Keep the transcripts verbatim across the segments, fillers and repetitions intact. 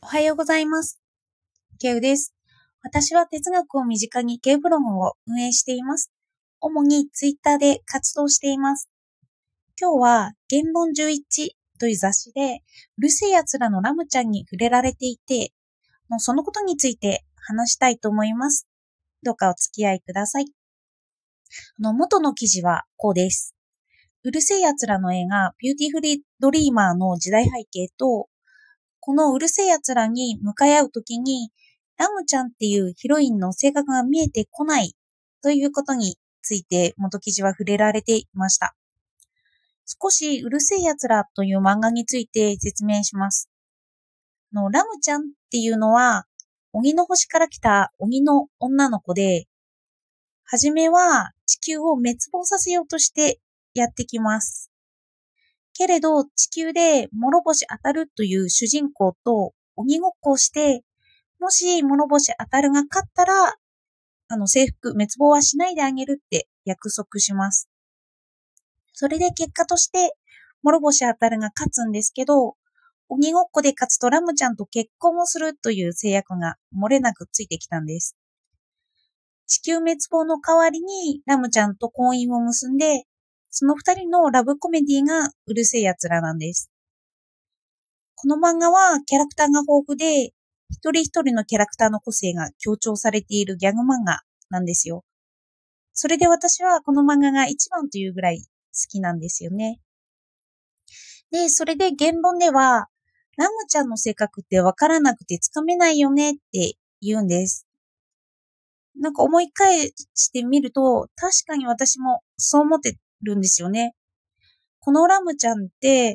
おはようございます。ケウです。私は哲学を身近にケウブログを運営しています。主にツイッターで活動しています。今日は言論じゅういちという雑誌でうるせえ奴らのラムちゃんに触れられていて、もうそのことについて話したいと思います。どうかお付き合いください。あの元の記事はこうです。うるせえ奴らの映画ビューティフルドリーマーの時代背景と、このうるせえ奴らに向かい合うときに、ラムちゃんっていうヒロインの性格が見えてこないということについて元記事は触れられていました。少しうるせえ奴らという漫画について説明します。のラムちゃんっていうのは、鬼の星から来た鬼の女の子で、はじめは地球を滅亡させようとしてやってきます。けれど地球で諸星当たるという主人公と鬼ごっこをして、もし諸星当たるが勝ったら、あの征服、滅亡はしないであげるって約束します。それで結果として諸星当たるが勝つんですけど、鬼ごっこで勝つとラムちゃんと結婚をするという制約が漏れなくついてきたんです。地球滅亡の代わりにラムちゃんと婚姻を結んで、その二人のラブコメディがうるせえ奴らなんです。この漫画はキャラクターが豊富で、一人一人のキャラクターの個性が強調されているギャグ漫画なんですよ。それで私はこの漫画が一番というぐらい好きなんですよね。で、それで原文では、ラムちゃんの性格ってわからなくてつかめないよねって言うんです。なんか思い返してみると、確かに私もそう思ってるんですよね。このラムちゃんって、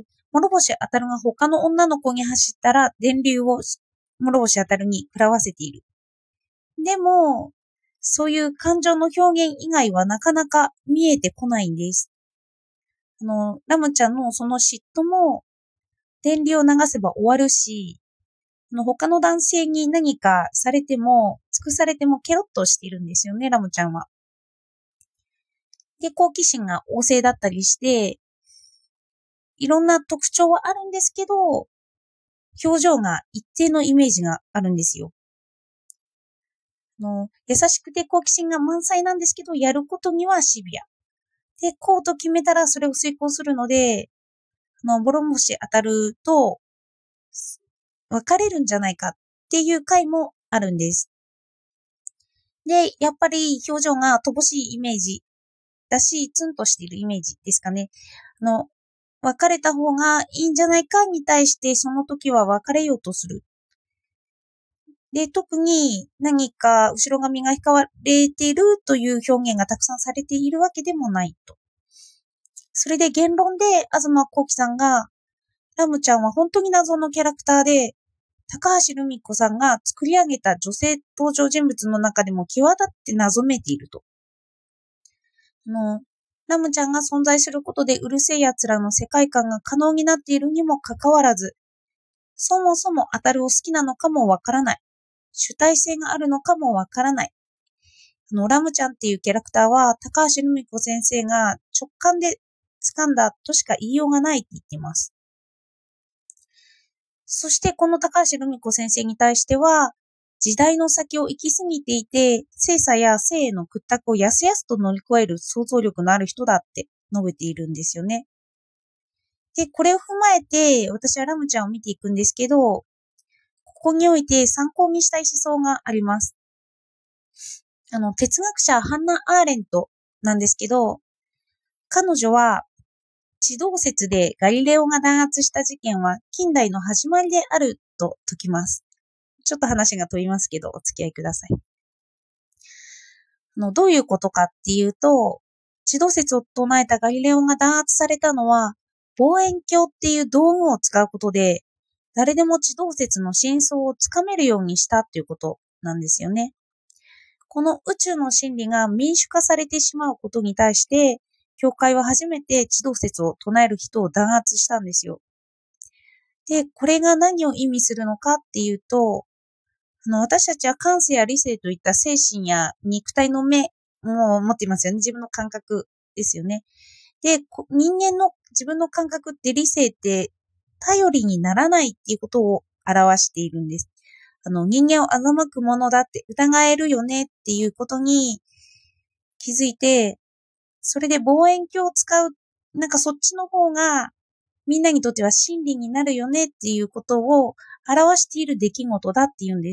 諸星当たるが他の女の子に走ったら電流を諸星当たるに食らわせている。でも、そういう感情の表現以外はなかなか見えてこないんです。あの、ラムちゃんのその嫉妬も電流を流せば終わるし、あの他の男性に何かされても、尽くされてもケロッとしているんですよね、ラムちゃんは。で、好奇心が旺盛だったりして、いろんな特徴はあるんですけど、表情が一定のイメージがあるんですよ。の優しくて好奇心が満載なんですけど、やることにはシビア。で、こうと決めたらそれを遂行するので、あの、ボロン星当たると、別れるんじゃないかっていう回もあるんです。で、やっぱり表情が乏しいイメージだし、ツンとしているイメージですかね。あの、別れた方がいいんじゃないかに対して、その時は別れようとする。で、特に何か後ろ髪が引かれているという表現がたくさんされているわけでもないと。それで言論で東幸輝さんが、ラムちゃんは本当に謎のキャラクターで、高橋留美子さんが作り上げた女性登場人物の中でも際立って謎めいていると。あのラムちゃんが存在することでうるせえ奴らの世界観が可能になっているにもかかわらず、そもそも当たるを好きなのかもわからない。主体性があるのかもわからない。あの、ラムちゃんっていうキャラクターは、高橋留美子先生が直感で掴んだとしか言いようがないって言っています。そしてこの高橋留美子先生に対しては、時代の先を行き過ぎていて、性差や性への屈託をやすやすと乗り越える想像力のある人だって述べているんですよね。で、これを踏まえて、私はラムちゃんを見ていくんですけど、ここにおいて参考にしたい思想があります。あの、哲学者ハンナ・アーレントなんですけど、彼女は地動説でガリレオが弾圧した事件は近代の始まりであると説きます。ちょっと話が飛びますけど、お付き合いください。あのどういうことかっていうと、地動説を唱えたガリレオが弾圧されたのは、望遠鏡っていう道具を使うことで、誰でも地動説の真相をつかめるようにしたっていうことなんですよね。この宇宙の真理が民主化されてしまうことに対して、教会は初めて地動説を唱える人を弾圧したんですよ。で、これが何を意味するのかっていうと、あの私たちは感性や理性といった精神や肉体の目を持っていますよね。自分の感覚ですよね。で、人間の自分の感覚って理性って頼りにならないっていうことを表しているんです。あの、人間を欺くものだって疑えるよねっていうことに気づいて、それで望遠鏡を使う、なんかそっちの方がみんなにとっては真理になるよねっていうことを表している出来事だっていうんです。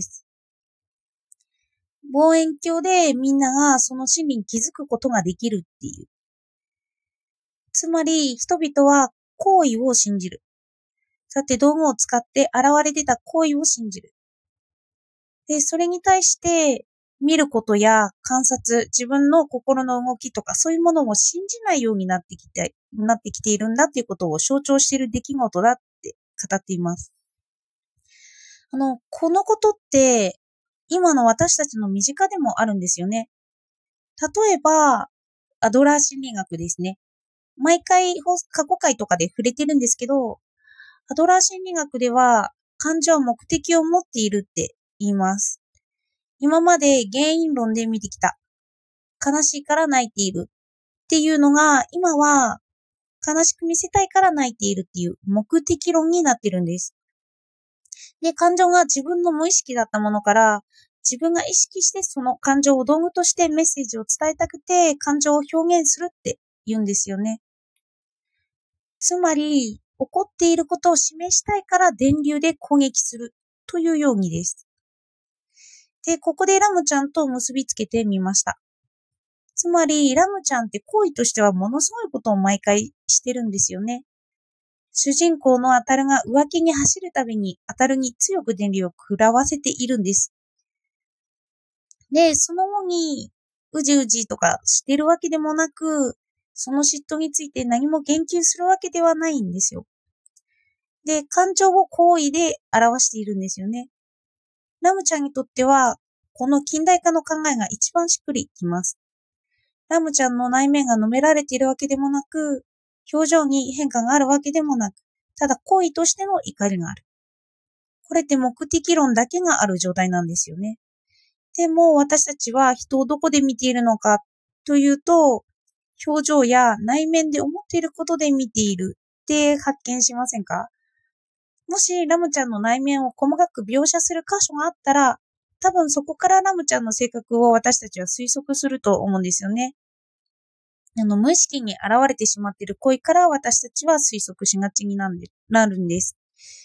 望遠鏡でみんながその真理に気づくことができるっていう。つまり人々は行為を信じる。さて道具を使って現れ出た行為を信じる。で、それに対して見ることや観察、自分の心の動きとかそういうものを信じないようになってきて、なってきているんだっていうことを象徴している出来事だって語っています。あの、このことって今の私たちの身近でもあるんですよね。例えば、アドラー心理学ですね。毎回過去回とかで触れてるんですけど、アドラー心理学では感情は目的を持っているって言います。今まで原因論で見てきた。悲しいから泣いているっていうのが今は悲しく見せたいから泣いているっていう目的論になってるんです。で、感情が自分の無意識だったものから自分が意識してその感情を道具としてメッセージを伝えたくて感情を表現するって言うんですよね。つまり、怒っていることを示したいから電流で攻撃するというようにです。で、ここでラムちゃんと結びつけてみました。つまり、ラムちゃんって行為としてはものすごいことを毎回してるんですよね。主人公のアタルが浮気に走るたびにアタルに強く電流を食らわせているんです。で、その後にうじうじとかしてるわけでもなく、その嫉妬について何も言及するわけではないんですよ。で、感情を行為で表しているんですよね。ラムちゃんにとっては、この近代化の考えが一番しっくりきます。ラムちゃんの内面が述べられているわけでもなく、表情に変化があるわけでもなく、ただ行為としての怒りがある。これって目的論だけがある状態なんですよね。でも私たちは人をどこで見ているのかというと、表情や内面で思っていることで見ているって発見しませんか？もしラムちゃんの内面を細かく描写する箇所があったら、多分そこからラムちゃんの性格を私たちは推測すると思うんですよね。あの無意識に現れてしまっている恋から私たちは推測しがちになるんです。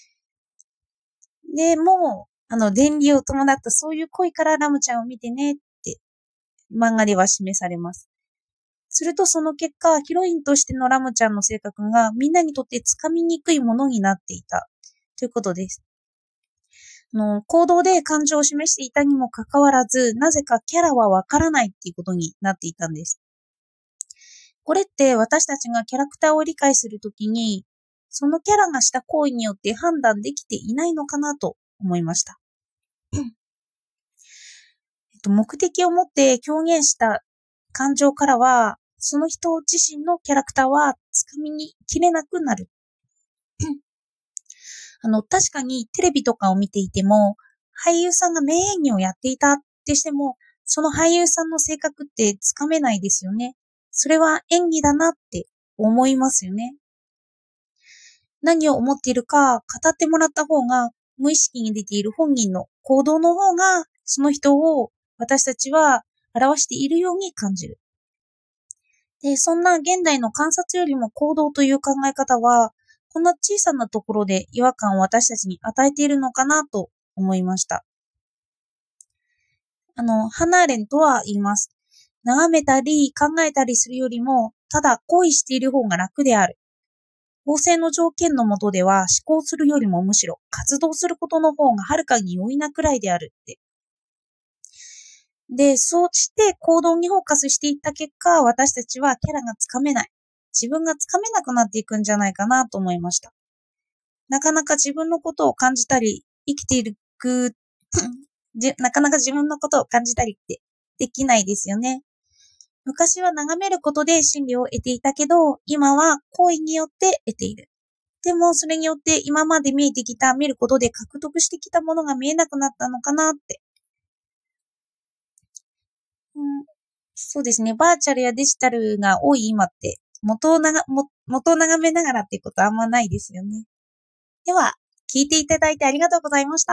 でも、あの電流を伴ったそういう恋からラムちゃんを見てねって漫画では示されます。するとその結果、ヒロインとしてのラムちゃんの性格がみんなにとってつかみにくいものになっていたということです。の行動で感情を示していたにもかかわらず、なぜかキャラはわからないっていうことになっていたんです。これって私たちがキャラクターを理解するときに、そのキャラがした行為によって判断できていないのかなと思いました。えっと、目的を持って表現した感情からは、その人自身のキャラクターはつかみにきれなくなる。あの、確かにテレビとかを見ていても、俳優さんが名演技をやっていたってしても、その俳優さんの性格ってつかめないですよね。それは演技だなって思いますよね。何を思っているか語ってもらった方が、無意識に出ている本人の行動の方が、その人を私たちは表しているように感じる。で、そんな現代の観察よりも行動という考え方は、こんな小さなところで違和感を私たちに与えているのかなと思いました。あの、ハナーレントは言います。眺めたり考えたりするよりも、ただ行為している方が楽である。法制の条件の下では思考するよりもむしろ活動することの方がはるかに容易なくらいであるって。で、そうして行動にフォーカスしていった結果、私たちはキャラがつかめない。自分がつかめなくなっていくんじゃないかなと思いました。なかなか自分のことを感じたり、生きていく、なかなか自分のことを感じたりってできないですよね。昔は眺めることで真理を得ていたけど、今は行為によって得ている。でもそれによって今まで見えてきた、見ることで獲得してきたものが見えなくなったのかなって。うん、そうですね。バーチャルやデジタルが多い今って、元をなが、元を眺めながらっていうことはあんまないですよね。では、 聞いていただいてありがとうございました。